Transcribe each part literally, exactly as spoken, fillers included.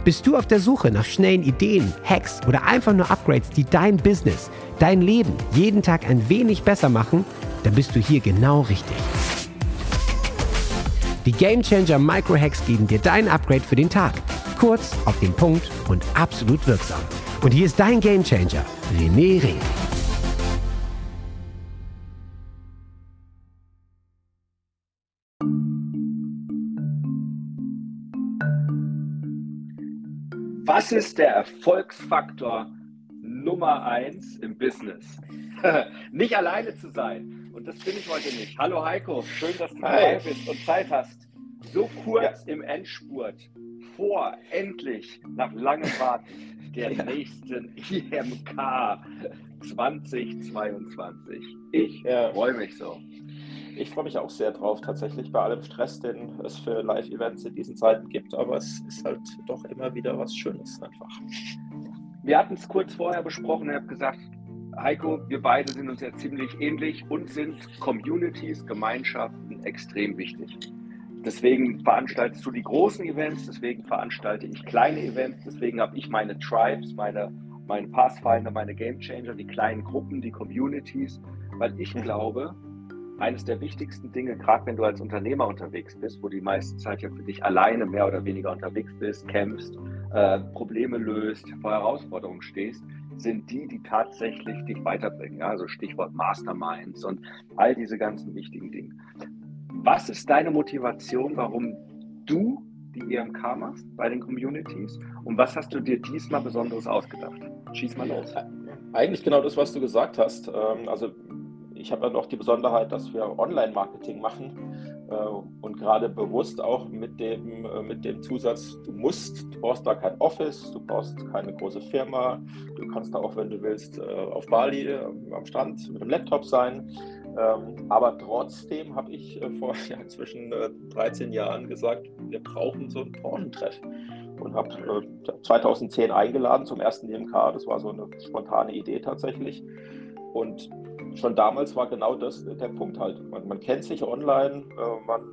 Bist du auf der Suche nach schnellen Ideen, Hacks oder einfach nur Upgrades, die dein Business, dein Leben jeden Tag ein wenig besser machen? Dann bist du hier genau richtig. Die Gamechanger Micro-Hacks geben dir dein Upgrade für den Tag. Kurz, auf den Punkt und absolut wirksam. Und hier ist dein Gamechanger, René Ring. Was ist der Erfolgsfaktor Nummer eins im Business? Nicht alleine zu sein. Und das bin ich heute nicht. Hallo Heiko, schön, dass du dabei bist und Zeit hast. So kurz ja. im Endspurt vor, endlich, nach langem Warten, der ja. nächsten I M K zwanzig zweiundzwanzig. Ich ja. freue mich so. Ich freue mich auch sehr drauf, tatsächlich, bei allem Stress, den es für Live-Events in diesen Zeiten gibt, aber es ist halt doch immer wieder was Schönes einfach. Wir hatten es kurz vorher besprochen, ich habe gesagt, Heiko, wir beide sind uns ja ziemlich ähnlich und sind Communities, Gemeinschaften extrem wichtig. Deswegen veranstaltest du die großen Events, deswegen veranstalte ich kleine Events, deswegen habe ich meine Tribes, meine, meine Pathfinder, meine Gamechanger, die kleinen Gruppen, die Communities, weil ich glaube, eines der wichtigsten Dinge, gerade wenn du als Unternehmer unterwegs bist, wo du die meiste Zeit ja für dich alleine mehr oder weniger unterwegs bist, kämpfst, äh, Probleme löst, vor Herausforderungen stehst, sind die, die tatsächlich dich weiterbringen. Ja? Also Stichwort Masterminds und all diese ganzen wichtigen Dinge. Was ist deine Motivation, warum du die I M K machst bei den Communities und was hast du dir diesmal Besonderes ausgedacht? Schieß mal los. Eigentlich genau das, was du gesagt hast. Also ich habe ja noch die Besonderheit, dass wir Online-Marketing machen äh, und gerade bewusst auch mit dem, äh, mit dem Zusatz, du musst, du brauchst da kein Office, du brauchst keine große Firma, du kannst da auch, wenn du willst, äh, auf Bali äh, am Strand mit einem Laptop sein. Ähm, aber trotzdem habe ich äh, vor ja, inzwischen äh, dreizehn Jahren gesagt, wir brauchen so ein Branchentreff. Und habe äh, zweitausendzehn eingeladen zum ersten I M K, das war so eine spontane Idee tatsächlich. Und schon damals war genau das der Punkt halt. Man, man kennt sich online, äh, man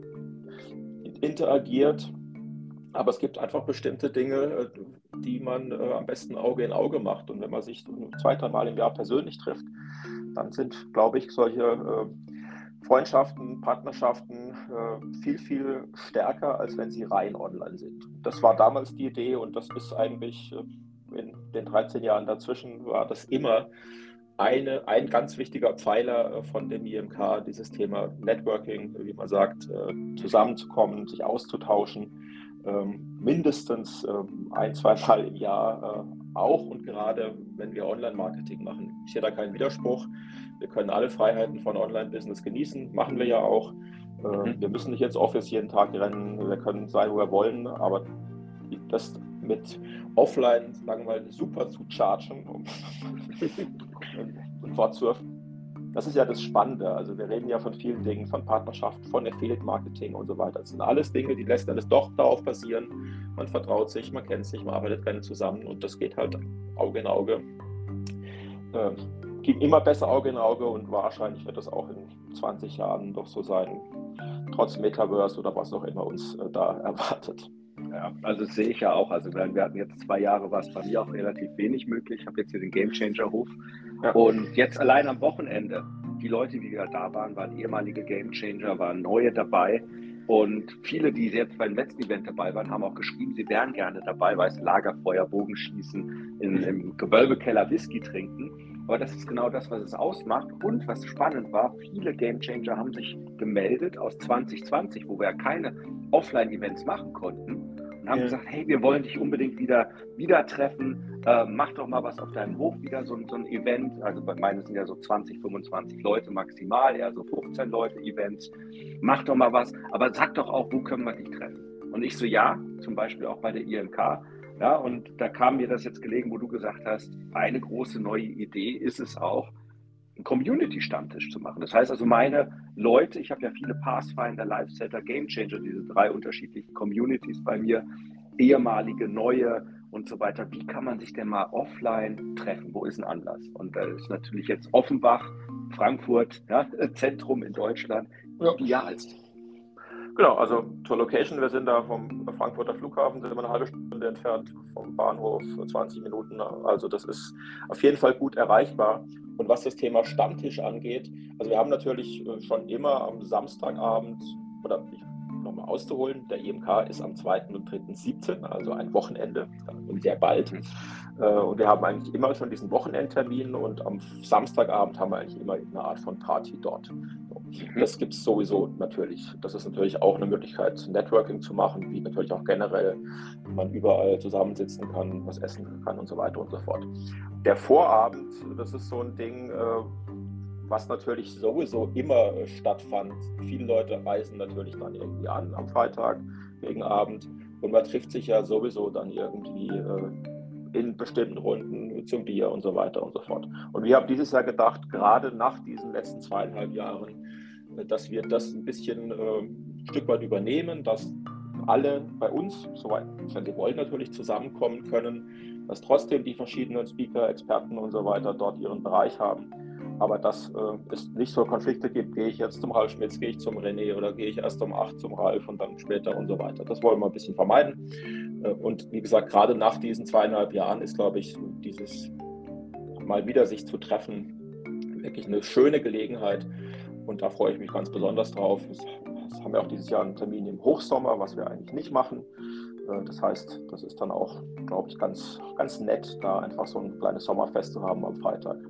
äh, interagiert, aber es gibt einfach bestimmte Dinge, äh, die man äh, am besten Auge in Auge macht. Und wenn man sich zwei, drei Mal im Jahr persönlich trifft, dann sind, glaube ich, solche äh, Freundschaften, Partnerschaften äh, viel, viel stärker, als wenn sie rein online sind. Das war damals die Idee und das ist eigentlich äh, in den dreizehn Jahren dazwischen war das immer Eine, ein ganz wichtiger Pfeiler von dem I M K, dieses Thema Networking, wie man sagt, zusammenzukommen, sich auszutauschen, mindestens ein, zwei Mal im Jahr, auch und gerade wenn wir Online-Marketing machen. Ich sehe da keinen Widerspruch. Wir können alle Freiheiten von Online-Business genießen, machen wir ja auch. Wir müssen nicht ins Office jeden Tag rennen, wir können sein, wo wir wollen, aber das mit Offline, sagen wir mal, super zu chargen, um und fortzuführen. Das ist ja das Spannende. Also wir reden ja von vielen Dingen, von Partnerschaft, von Affiliate-Marketing und so weiter. Das sind alles Dinge, die lässt alles doch darauf basieren. Man vertraut sich, man kennt sich, man arbeitet gerne zusammen und das geht halt Auge in Auge. Äh, geht immer besser Auge in Auge und wahrscheinlich wird das auch in zwanzig Jahren doch so sein, trotz Metaverse oder was auch immer uns äh, da erwartet. Ja, also das sehe ich ja auch. Also wir hatten jetzt zwei Jahre, war es bei mir auch relativ wenig möglich. Ich habe jetzt hier den Gamechanger-Hof. Ja. Und jetzt allein am Wochenende, die Leute, die da waren, waren ehemalige Gamechanger, waren neue dabei. Und viele, die jetzt beim letzten Event dabei waren, haben auch geschrieben, sie wären gerne dabei, weil es Lagerfeuer, Bogenschießen, in, im Gewölbekeller Whisky trinken. Aber das ist genau das, was es ausmacht. Und was spannend war, viele Gamechanger haben sich gemeldet aus zwanzig zwanzig, wo wir ja keine Offline-Events machen konnten. Und haben ja. gesagt, hey, wir wollen dich unbedingt wieder, wieder treffen. Äh, mach doch mal was auf deinem Hof, wieder so, so ein Event. Also bei meinen sind ja so zwanzig, fünfundzwanzig Leute maximal, eher so fünfzehn Leute Events. Mach doch mal was, aber sag doch auch, wo können wir dich treffen? Und ich so, ja, zum Beispiel auch bei der I M K. Ja, und da kam mir das jetzt gelegen, wo du gesagt hast, eine große neue Idee ist es auch, einen Community-Stammtisch zu machen. Das heißt also, meine Leute, ich habe ja viele Pathfinder, Life-Setter, Gamechanger, diese drei unterschiedlichen Communities bei mir, ehemalige, neue und so weiter. Wie kann man sich denn mal offline treffen? Wo ist ein Anlass? Und da ist natürlich jetzt Offenbach, Frankfurt, ja, Zentrum in Deutschland, idealst. Genau, also zur Location, wir sind da vom Frankfurter Flughafen, sind wir eine halbe Stunde entfernt, vom Bahnhof zwanzig Minuten, also das ist auf jeden Fall gut erreichbar. Und was das Thema Stammtisch angeht, also wir haben natürlich schon immer am Samstagabend, oder ich nochmal auszuholen, der I M K ist am zweiten und dritten siebten, also ein Wochenende und sehr bald. Und wir haben eigentlich immer schon diesen Wochenendtermin und am Samstagabend haben wir eigentlich immer eine Art von Party dort. Das gibt es sowieso natürlich. Das ist natürlich auch eine Möglichkeit, Networking zu machen, wie natürlich auch generell man überall zusammensitzen kann, was essen kann und so weiter und so fort. Der Vorabend, das ist so ein Ding, was natürlich sowieso immer stattfand. Viele Leute reisen natürlich dann irgendwie an am Freitag gegen Abend und man trifft sich ja sowieso dann irgendwie in bestimmten Runden zum Bier und so weiter und so fort. Und wir haben dieses Jahr gedacht, gerade nach diesen letzten zweieinhalb Jahren, dass wir das ein bisschen äh, ein Stück weit übernehmen, dass alle bei uns, soweit wenn sie wollen, natürlich zusammenkommen können, dass trotzdem die verschiedenen Speaker, Experten und so weiter dort ihren Bereich haben. Aber dass äh, es nicht so Konflikte gibt, gehe ich jetzt zum Ralf Schmitz, gehe ich zum René oder gehe ich erst um acht zum Ralf und dann später und so weiter. Das wollen wir ein bisschen vermeiden. Äh, und wie gesagt, gerade nach diesen zweieinhalb Jahren ist, glaube ich, dieses mal wieder sich zu treffen wirklich eine schöne Gelegenheit. Und da freue ich mich ganz besonders drauf. Das haben wir auch dieses Jahr einen Termin im Hochsommer, was wir eigentlich nicht machen. Äh, das heißt, das ist dann auch, glaube ich, ganz, ganz nett, da einfach so ein kleines Sommerfest zu haben am Freitag.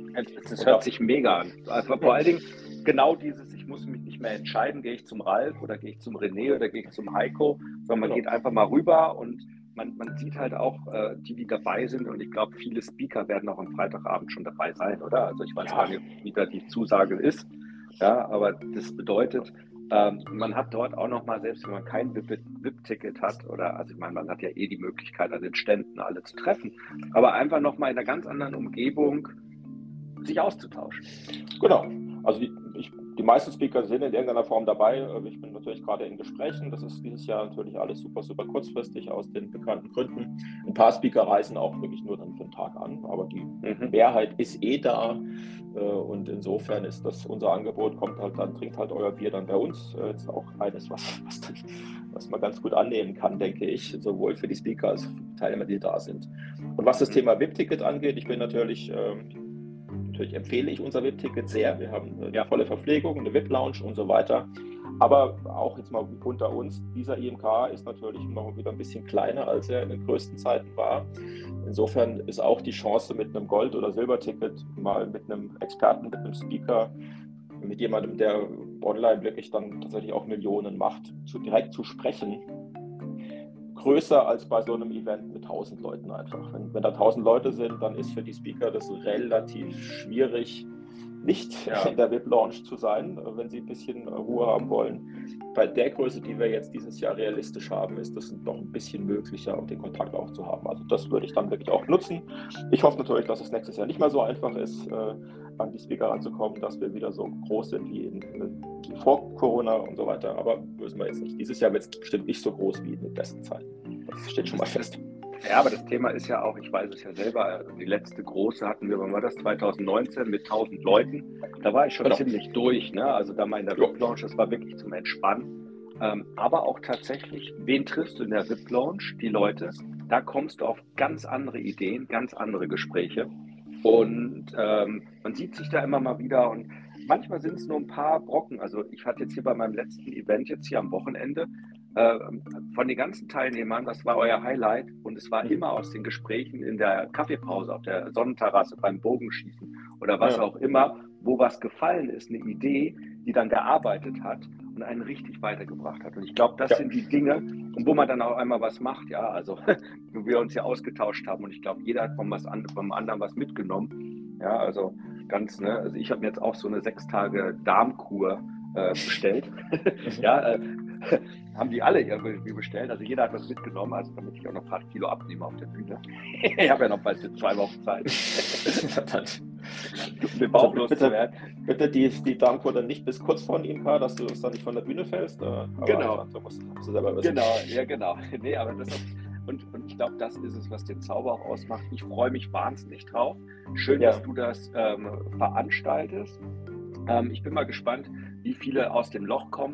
Das hört sich mega an. Also vor allen Dingen genau dieses, ich muss mich nicht mehr entscheiden, gehe ich zum Ralf oder gehe ich zum René oder gehe ich zum Heiko, sondern man genau. geht einfach mal rüber und man, man sieht halt auch äh, die, die dabei sind und ich glaube, viele Speaker werden auch am Freitagabend schon dabei sein, oder? Also ich weiß ja. gar nicht, wie da die Zusage ist, ja, aber das bedeutet, ähm, man hat dort auch nochmal, selbst wenn man kein V I P-Ticket hat, oder, also ich meine, man hat ja eh die Möglichkeit, an den Ständen alle zu treffen, aber einfach nochmal in einer ganz anderen Umgebung sich auszutauschen. Genau. Also die, ich, die meisten Speaker sind in irgendeiner Form dabei. Ich bin natürlich gerade in Gesprächen. Das ist dieses Jahr natürlich alles super, super kurzfristig aus den bekannten Gründen. Ein paar Speaker reisen auch wirklich nur dann für einen Tag an, aber die mhm. Mehrheit ist eh da. Und insofern ist das unser Angebot, kommt halt dann, trinkt halt euer Bier dann bei uns. Jetzt auch eines, was, was, was man ganz gut annehmen kann, denke ich, sowohl für die Speaker als auch für die Teilnehmer, die da sind. Und was das mhm. Thema V I P-Ticket angeht, ich bin natürlich Natürlich empfehle ich unser V I P-Ticket sehr. Wir haben eine ja, volle Verpflegung, eine V I P-Lounge und so weiter. Aber auch jetzt mal unter uns, dieser I M K ist natürlich noch wieder ein bisschen kleiner, als er in den größten Zeiten war. Insofern ist auch die Chance, mit einem Gold- oder Silberticket mal mit einem Experten, mit einem Speaker, mit jemandem, der online wirklich dann tatsächlich auch Millionen macht, zu, direkt zu sprechen, größer als bei so einem Event mit tausend Leuten einfach. Wenn, wenn da tausend Leute sind, dann ist für die Speaker das relativ schwierig, nicht ja. in der V I P-Lounge zu sein, wenn sie ein bisschen Ruhe haben wollen. Bei der Größe, die wir jetzt dieses Jahr realistisch haben, ist das noch ein bisschen möglicher, um den Kontakt auch zu haben. Also das würde ich dann wirklich auch nutzen. Ich hoffe natürlich, dass es nächstes Jahr nicht mehr so einfach ist, äh, an die Speaker ranzukommen, dass wir wieder so groß sind wie in, äh, vor Corona und so weiter. Aber wissen wir jetzt nicht. Dieses Jahr wird es bestimmt nicht so groß wie in den besten Zeiten. Das steht schon mal fest. Ja, aber das Thema ist ja auch, ich weiß es ja selber, die letzte große hatten wir, wann war das, zwanzig neunzehn mit tausend Leuten. Da war ich schon genau. ziemlich durch, ne? Also da mal in der V I P-Lounge, das war wirklich zum Entspannen. Ähm, aber auch tatsächlich, wen triffst du in der V I P-Lounge? Die Leute. Da kommst du auf ganz andere Ideen, ganz andere Gespräche. Und ähm, man sieht sich da immer mal wieder und manchmal sind es nur ein paar Brocken. Also ich hatte jetzt hier bei meinem letzten Event jetzt hier am Wochenende äh, von den ganzen Teilnehmern, das war euer Highlight und es war immer aus den Gesprächen in der Kaffeepause auf der Sonnenterrasse beim Bogenschießen oder was ja. auch immer, wo was gefallen ist, eine Idee, die dann gearbeitet hat und einen richtig weitergebracht hat. Und ich glaube, das ja. sind die Dinge, und wo man dann auch einmal was macht, ja, also wo wir uns ja ausgetauscht haben und ich glaube, jeder hat vom, was an, vom anderen was mitgenommen. Ja, also ganz, ne, also ich habe mir jetzt auch so eine sechs Tage Darmkur äh, bestellt. ja, äh, haben die alle irgendwie bestellt. Also jeder hat was mitgenommen, also damit ich auch noch ein paar Kilo abnehme auf der Bühne. Ich habe ja noch bald zwei Wochen Zeit. um Bauch also bitte, bitte die, die Darmkur dann nicht bis kurz vor dem I M K, dass du uns dann nicht von der Bühne fällst. Aber genau. Du musst, musst du selber wissen. Genau, ja genau. Nee, aber das auch, und, und ich glaube, das ist es, was den Zauber auch ausmacht. Ich freue mich wahnsinnig drauf. Schön, ja. dass du das ähm, veranstaltest. Ähm, ich bin mal gespannt, wie viele aus dem Loch kommen.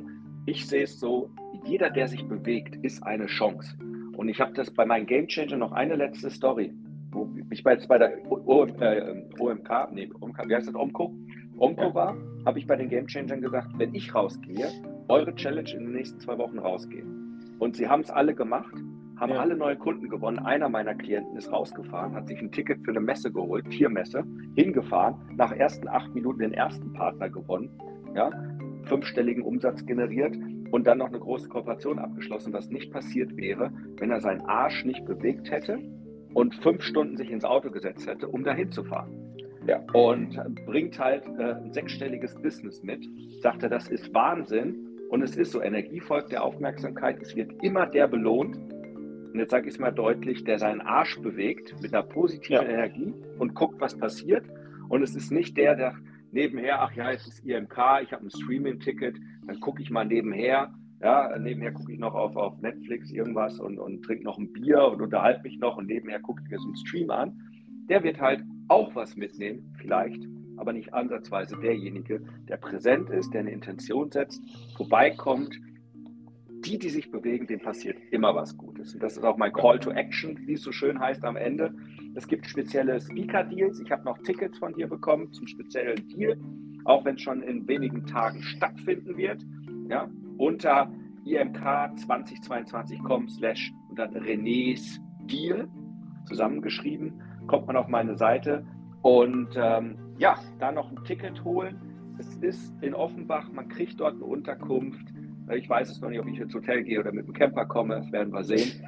ich sehe es so, jeder, der sich bewegt, ist eine Chance. Und ich habe das bei meinen Game Changer noch eine letzte Story, wo ich jetzt bei der O M K, nee, O M K, wie heißt das, Omco? Omco ja. war, habe ich bei den Game Changern gesagt, wenn ich rausgehe, eure Challenge in den nächsten zwei Wochen rausgehen. Und sie haben es alle gemacht, haben ja. alle neue Kunden gewonnen. Einer meiner Klienten ist rausgefahren, hat sich ein Ticket für eine Messe geholt, Tiermesse, hingefahren, nach ersten acht Minuten den ersten Partner gewonnen, ja, fünfstelligen Umsatz generiert und dann noch eine große Kooperation abgeschlossen, was nicht passiert wäre, wenn er seinen Arsch nicht bewegt hätte und fünf Stunden sich ins Auto gesetzt hätte, um dahin zu fahren. Ja. Und bringt halt äh, ein sechsstelliges Business mit. Sagt er, das ist Wahnsinn. Und es ist so, Energie folgt der Aufmerksamkeit. Es wird immer der belohnt. Und jetzt sage ich es mal deutlich, der seinen Arsch bewegt mit einer positiven ja. Energie und guckt, was passiert. Und es ist nicht der, der nebenher, ach ja, jetzt ist I M K, ich habe ein Streaming-Ticket, dann gucke ich mal nebenher. Ja, nebenher gucke ich noch auf, auf Netflix irgendwas und, und trinke noch ein Bier und unterhalte mich noch und nebenher gucke ich mir so einen Stream an. Der wird halt auch was mitnehmen, vielleicht, aber nicht ansatzweise derjenige, der präsent ist, der eine Intention setzt, vorbeikommt. Die, die sich bewegen, denen passiert immer was Gutes. Und das ist auch mein Call to Action, wie es so schön heißt am Ende. Es gibt spezielle Speaker-Deals. Ich habe noch Tickets von dir bekommen zum speziellen Deal, auch wenn es schon in wenigen Tagen stattfinden wird. Ja, unter I M K zwanzig zweiundzwanzig punkt com slash und dann Renés Deal zusammengeschrieben, kommt man auf meine Seite und ähm, ja, da noch ein Ticket holen. Es ist in Offenbach, man kriegt dort eine Unterkunft. Ich weiß es noch nicht, ob ich ins Hotel gehe oder mit dem Camper komme, das werden wir sehen.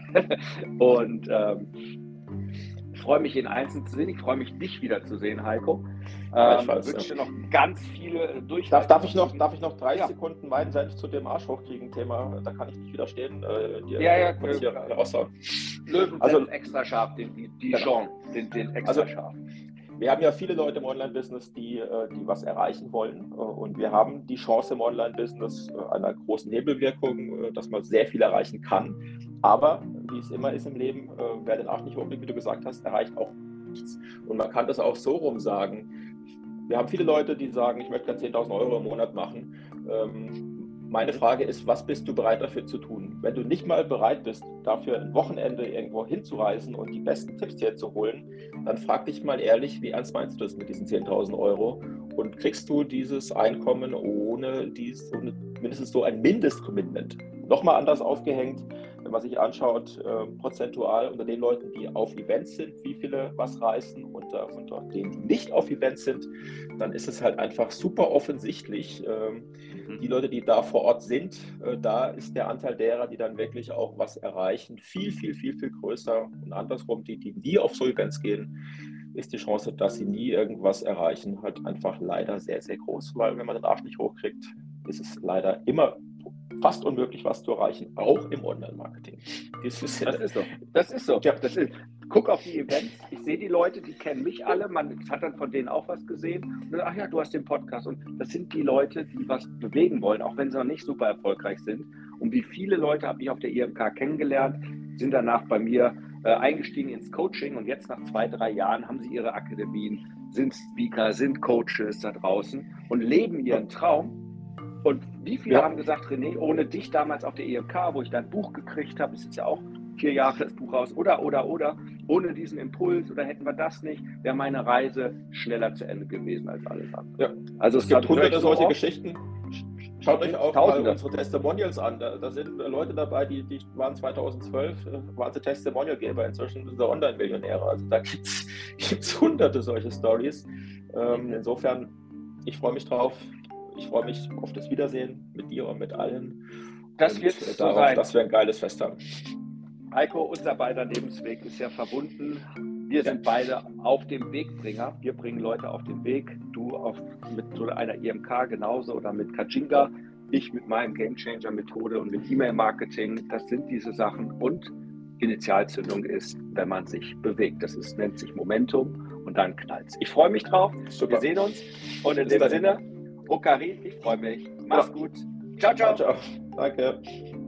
Und ähm, ich freue mich, ihn einzeln zu sehen. Ich freue mich, dich wiederzusehen, Heiko. Ähm, ich wünsche dir noch ganz viele Durchhalten. Darf, darf, ich noch, darf ich noch dreißig ja. Sekunden meinen Senf zu dem Arsch hochkriegen Thema? Da kann ich nicht widerstehen. Äh, dir, ja, ja, kurz hier raushauen. Löwen also extra scharf, den Dijon, den, den extra also, scharf. Wir haben ja viele Leute im Online-Business, die, die was erreichen wollen. Und wir haben die Chance im Online-Business einer großen Hebelwirkung, dass man sehr viel erreichen kann. Aber, wie es immer ist im Leben, wer den Arsch nicht hochkriegt, wie du gesagt hast, erreicht auch nichts. Und man kann das auch so rum sagen. Wir haben viele Leute, die sagen, ich möchte gerne zehntausend Euro im Monat machen. Meine Frage ist, was bist du bereit dafür zu tun? Wenn du nicht mal bereit bist, dafür ein Wochenende irgendwo hinzureisen und die besten Tipps dir zu holen, dann frag dich mal ehrlich, wie ernst meinst du das mit diesen zehntausend Euro? Und kriegst du dieses Einkommen ohne dies, ohne mindestens so ein Mindestcommitment? Nochmal anders aufgehängt, wenn man sich anschaut, äh, prozentual unter den Leuten, die auf Events sind, wie viele was reißen, unter, unter denen, die nicht auf Events sind, dann ist es halt einfach super offensichtlich. Ähm, die Leute, die da vor Ort sind, äh, da ist der Anteil derer, die dann wirklich auch was erreichen, viel, viel, viel, viel größer. Und andersrum, die, die nie auf so Events gehen, ist die Chance, dass sie nie irgendwas erreichen, halt einfach leider sehr, sehr groß. Weil wenn man den Arsch nicht hochkriegt, ist es leider immer fast unmöglich, was zu erreichen, auch im Online-Marketing. Das ist so. Das ist so. Ja, das ist. Guck auf die Events. Ich sehe die Leute, die kennen mich alle. Man hat dann von denen auch was gesehen. Und dann, ach ja, du hast den Podcast. Und das sind die Leute, die was bewegen wollen, auch wenn sie noch nicht super erfolgreich sind. Und wie viele Leute habe ich auf der I M K kennengelernt, sind danach bei mir äh, eingestiegen ins Coaching. Und jetzt nach zwei, drei Jahren haben sie ihre Akademien, sind Speaker, sind Coaches da draußen und leben ihren Traum. Und wie viele ja. haben gesagt, René, ohne dich damals auf der I M K, wo ich dein Buch gekriegt habe, ist jetzt ja auch vier Jahre das Buch raus, oder, oder, oder, ohne diesen Impuls, oder hätten wir das nicht, wäre meine Reise schneller zu Ende gewesen als alles andere. Ja. Also es, es gibt hunderte solche oft. Geschichten. Schaut euch auch Tausende. mal unsere Testimonials an. Da, da sind Leute dabei, die, die waren zweitausendzwölf, waren sie Testimonialgeber, inzwischen sind sie Online-Millionäre. Also da gibt es hunderte solche Stories. Ähm, insofern, ich freue mich drauf. Ich freue mich auf das Wiedersehen mit dir und mit allen. Das wird so darauf, sein. Dass wir ein geiles Fest haben. Heiko, unser beider Lebensweg ist ja verbunden. Wir sind beide auf dem Wegbringer. Wir bringen Leute auf den Weg. Du auf, mit so einer I M K genauso oder mit Kajinga. Ich mit meinem Gamechanger-Methode und mit E-Mail-Marketing. Das sind diese Sachen. Und Initialzündung ist, wenn man sich bewegt. Das ist, nennt sich Momentum und dann knallt's. Ich freue mich drauf. Super. Wir sehen uns. Und in Bis dem dahin. Sinne, Okarin, ich freue mich. Mach's ja. gut. Ciao, ciao. Ciao, ciao. Danke.